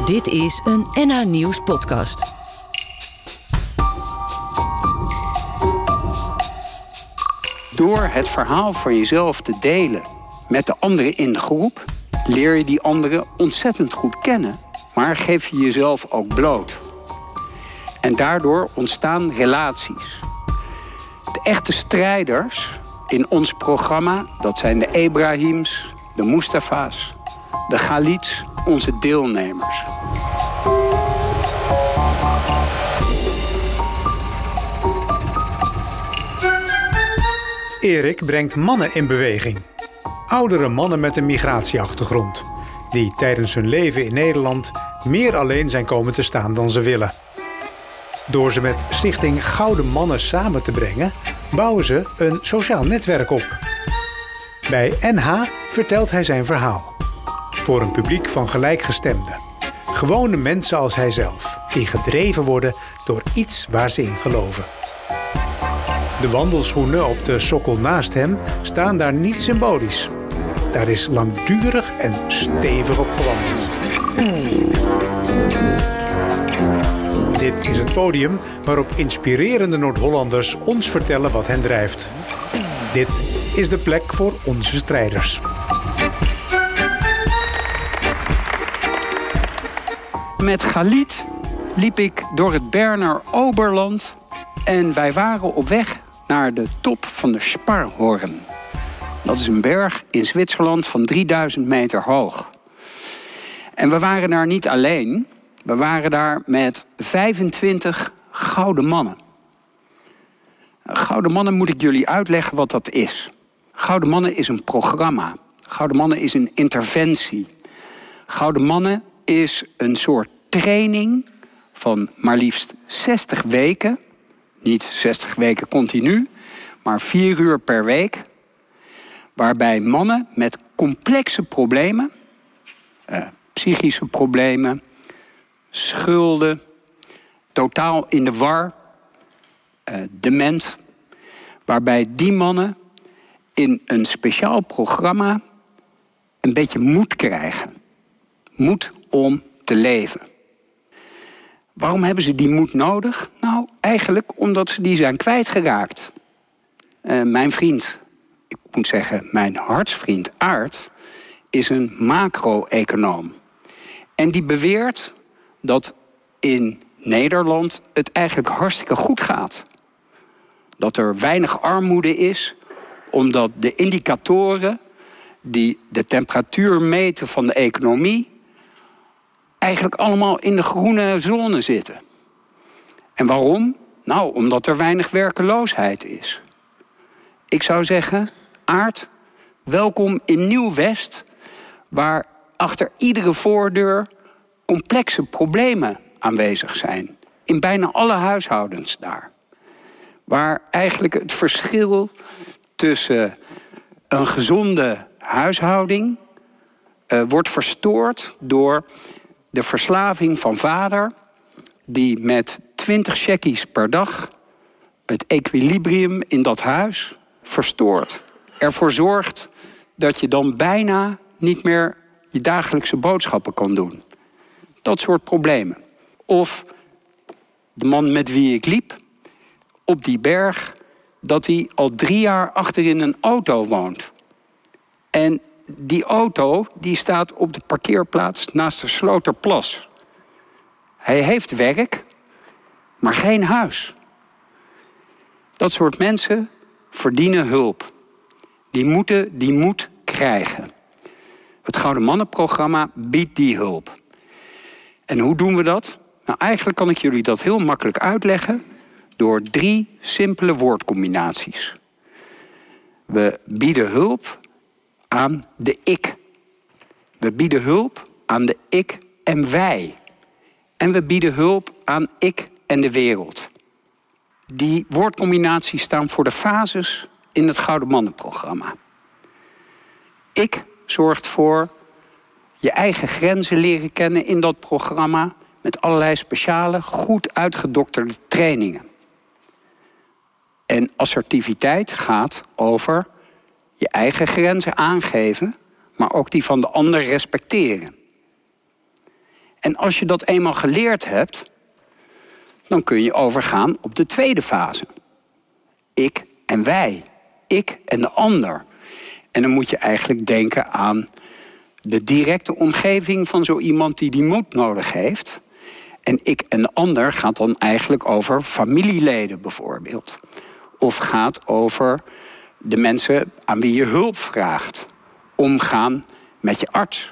Dit is een NH Nieuws podcast. Door het verhaal van jezelf te delen met de anderen in de groep, leer je die anderen ontzettend goed kennen, maar geef je jezelf ook bloot. En daardoor ontstaan relaties. De echte strijders in ons programma, dat zijn de Ebrahims, de Mustafa's, de Khalids, onze deelnemers. Erik brengt mannen in beweging. Oudere mannen met een migratieachtergrond, die tijdens hun leven in Nederland meer alleen zijn komen te staan dan ze willen. Door ze met stichting Gouden Mannen samen te brengen, bouwen ze een sociaal netwerk op. Bij NH vertelt hij zijn verhaal. Voor een publiek van gelijkgestemden. Gewone mensen als hijzelf, die gedreven worden door iets waar ze in geloven. De wandelschoenen op de sokkel naast hem staan daar niet symbolisch. Daar is langdurig en stevig op gewandeld. Dit is het podium waarop inspirerende Noord-Hollanders ons vertellen wat hen drijft. Dit is de plek voor onze strijders. Met Khalid liep ik door het Berner Oberland en wij waren op weg naar de top van de Sparhorn. Dat is een berg in Zwitserland van 3000 meter hoog. En we waren daar niet alleen. We waren daar met 25 gouden mannen. Gouden mannen moet ik jullie uitleggen wat dat is. Gouden mannen is een programma. Gouden mannen is een interventie. Gouden mannen is een soort training van maar liefst 60 weken. Niet 60 weken continu, maar 4 uur per week. Waarbij mannen met complexe problemen, psychische problemen, schulden, totaal in de war, dement. Waarbij die mannen in een speciaal programma een beetje moed krijgen. Moed om te leven. Waarom hebben ze die moed nodig? Nou, eigenlijk omdat ze die zijn kwijtgeraakt. Mijn vriend, ik moet zeggen mijn hartsvriend Aart, is een macro-econoom. En die beweert dat in Nederland het eigenlijk hartstikke goed gaat. Dat er weinig armoede is, omdat de indicatoren die de temperatuur meten van de economie eigenlijk allemaal in de groene zone zitten. En waarom? Nou, omdat er weinig werkeloosheid is. Ik zou zeggen, Aart, welkom in Nieuw-West, waar achter iedere voordeur complexe problemen aanwezig zijn. In bijna alle huishoudens daar. Waar eigenlijk het verschil tussen een gezonde huishouding wordt verstoord door de verslaving van vader, die met 20 checkies per dag het equilibrium in dat huis verstoort. Ervoor zorgt dat je dan bijna niet meer je dagelijkse boodschappen kan doen. Dat soort problemen. Of de man met wie ik liep op die berg, dat hij al 3 jaar achterin een auto woont. En die auto die staat op de parkeerplaats naast de Sloterplas. Hij heeft werk, maar geen huis. Dat soort mensen verdienen hulp. Die moed krijgen. Het Gouden Mannenprogramma biedt die hulp. En hoe doen we dat? Nou, eigenlijk kan ik jullie dat heel makkelijk uitleggen door 3 simpele woordcombinaties. We bieden hulp aan de ik. We bieden hulp aan de ik en wij. En we bieden hulp aan ik en de wereld. Die woordcombinaties staan voor de fases in het Gouden Mannenprogramma. Ik zorgt voor je eigen grenzen leren kennen in dat programma met allerlei speciale, goed uitgedokterde trainingen. En assertiviteit gaat over je eigen grenzen aangeven, maar ook die van de ander respecteren. En als je dat eenmaal geleerd hebt, dan kun je overgaan op de tweede fase. Ik en wij. Ik en de ander. En dan moet je eigenlijk denken aan de directe omgeving van zo iemand die moed nodig heeft. En ik en de ander gaat dan eigenlijk over familieleden bijvoorbeeld. Of gaat over de mensen aan wie je hulp vraagt. Omgaan met je arts.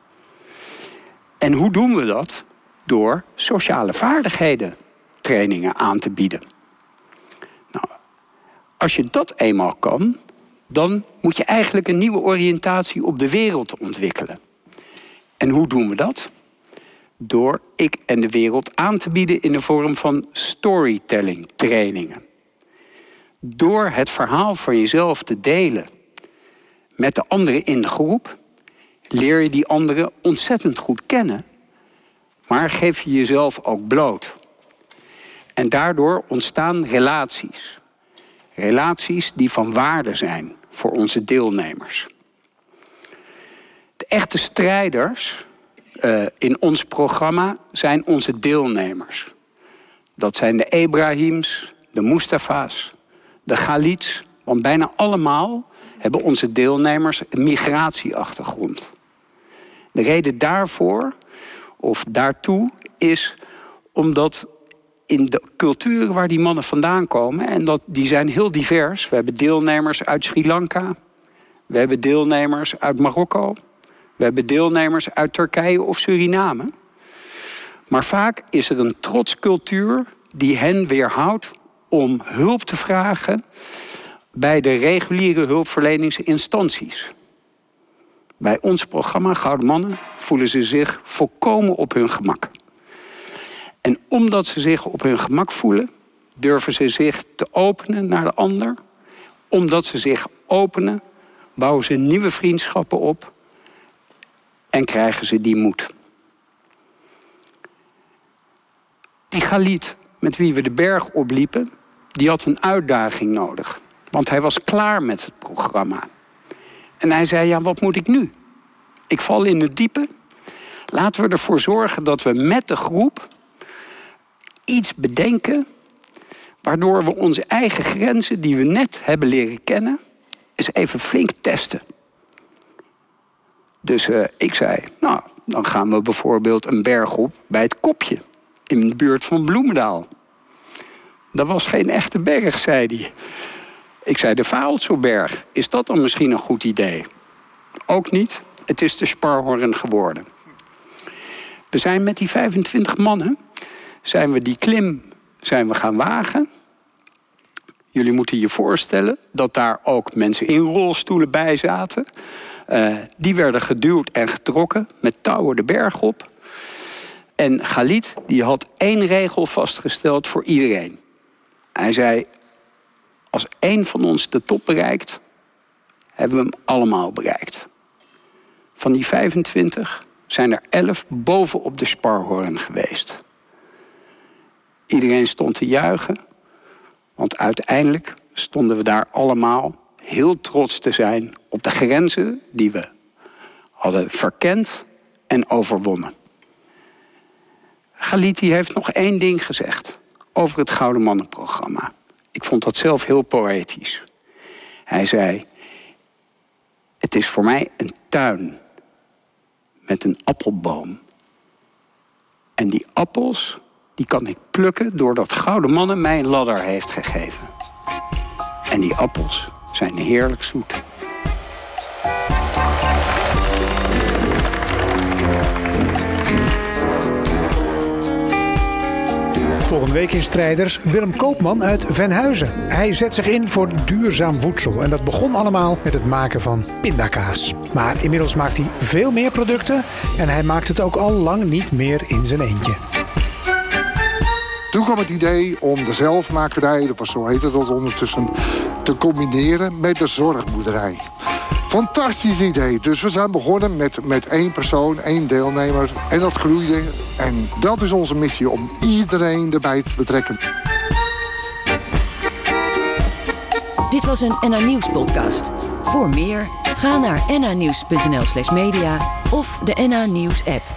En hoe doen we dat? Door sociale vaardigheden trainingen aan te bieden. Nou, als je dat eenmaal kan, dan moet je eigenlijk een nieuwe oriëntatie op de wereld ontwikkelen. En hoe doen we dat? Door ik en de wereld aan te bieden in de vorm van storytelling trainingen. Door het verhaal van jezelf te delen met de anderen in de groep, leer je die anderen ontzettend goed kennen, maar geef je jezelf ook bloot. En daardoor ontstaan relaties. Relaties die van waarde zijn voor onze deelnemers. De echte strijders in ons programma zijn onze deelnemers. Dat zijn de Ebrahims, de Mustafa's, de Khalids. Want bijna allemaal hebben onze deelnemers een migratieachtergrond. De reden daarvoor, of daartoe, is omdat in de culturen waar die mannen vandaan komen, en die zijn heel divers. We hebben deelnemers uit Sri Lanka. We hebben deelnemers uit Marokko. We hebben deelnemers uit Turkije of Suriname. Maar vaak is er een trotscultuur die hen weerhoudt om hulp te vragen bij de reguliere hulpverleningsinstanties. Bij ons programma Gouden Mannen voelen ze zich volkomen op hun gemak. En omdat ze zich op hun gemak voelen, durven ze zich te openen naar de ander. Omdat ze zich openen, bouwen ze nieuwe vriendschappen op en krijgen ze die moed. Die Khalid, met wie we de berg opliepen, die had een uitdaging nodig. Want hij was klaar met het programma. En hij zei, ja, wat moet ik nu? Ik val in het diepe. Laten we ervoor zorgen dat we met de groep iets bedenken waardoor we onze eigen grenzen, die we net hebben leren kennen, eens even flink testen. Dus ik zei, nou, dan gaan we bijvoorbeeld een berg op bij het Kopje, in de buurt van Bloemendaal. Dat was geen echte berg, zei hij. Ik zei, de Vaelzelberg, is dat dan misschien een goed idee? Ook niet, het is de Sparhorn geworden. We zijn met die 25 mannen, zijn we die klim gaan wagen. Jullie moeten je voorstellen dat daar ook mensen in rolstoelen bij zaten. Die werden geduwd en getrokken met touwen de berg op. En Khalid die had 1 regel vastgesteld voor iedereen. Hij zei, als 1 van ons de top bereikt, hebben we hem allemaal bereikt. Van die 25 zijn er 11 bovenop de Sparhorn geweest. Iedereen stond te juichen, want uiteindelijk stonden we daar allemaal heel trots te zijn op de grenzen die we hadden verkend en overwonnen. Khalid heeft nog 1 ding gezegd over het Gouden Mannenprogramma. Ik vond dat zelf heel poëtisch. Hij zei, het is voor mij een tuin met een appelboom. En die appels, die kan ik plukken doordat Gouden Mannen mij een ladder heeft gegeven. En die appels zijn heerlijk zoet. Volgende week in Strijders Willem Koopman uit Venhuizen. Hij zet zich in voor duurzaam voedsel. En dat begon allemaal met het maken van pindakaas. Maar inmiddels maakt hij veel meer producten. En hij maakt het ook al lang niet meer in zijn eentje. Toen kwam het idee om de zelfmakerij, dat was zo heette dat ondertussen, te combineren met de zorgboerderij. Fantastisch idee. Dus we zijn begonnen met 1 persoon, 1 deelnemer. En dat groeide. En dat is onze missie, om iedereen erbij te betrekken. Dit was een NA Nieuws podcast. Voor meer, ga naar nanieuws.nl/media of de NA Nieuws app.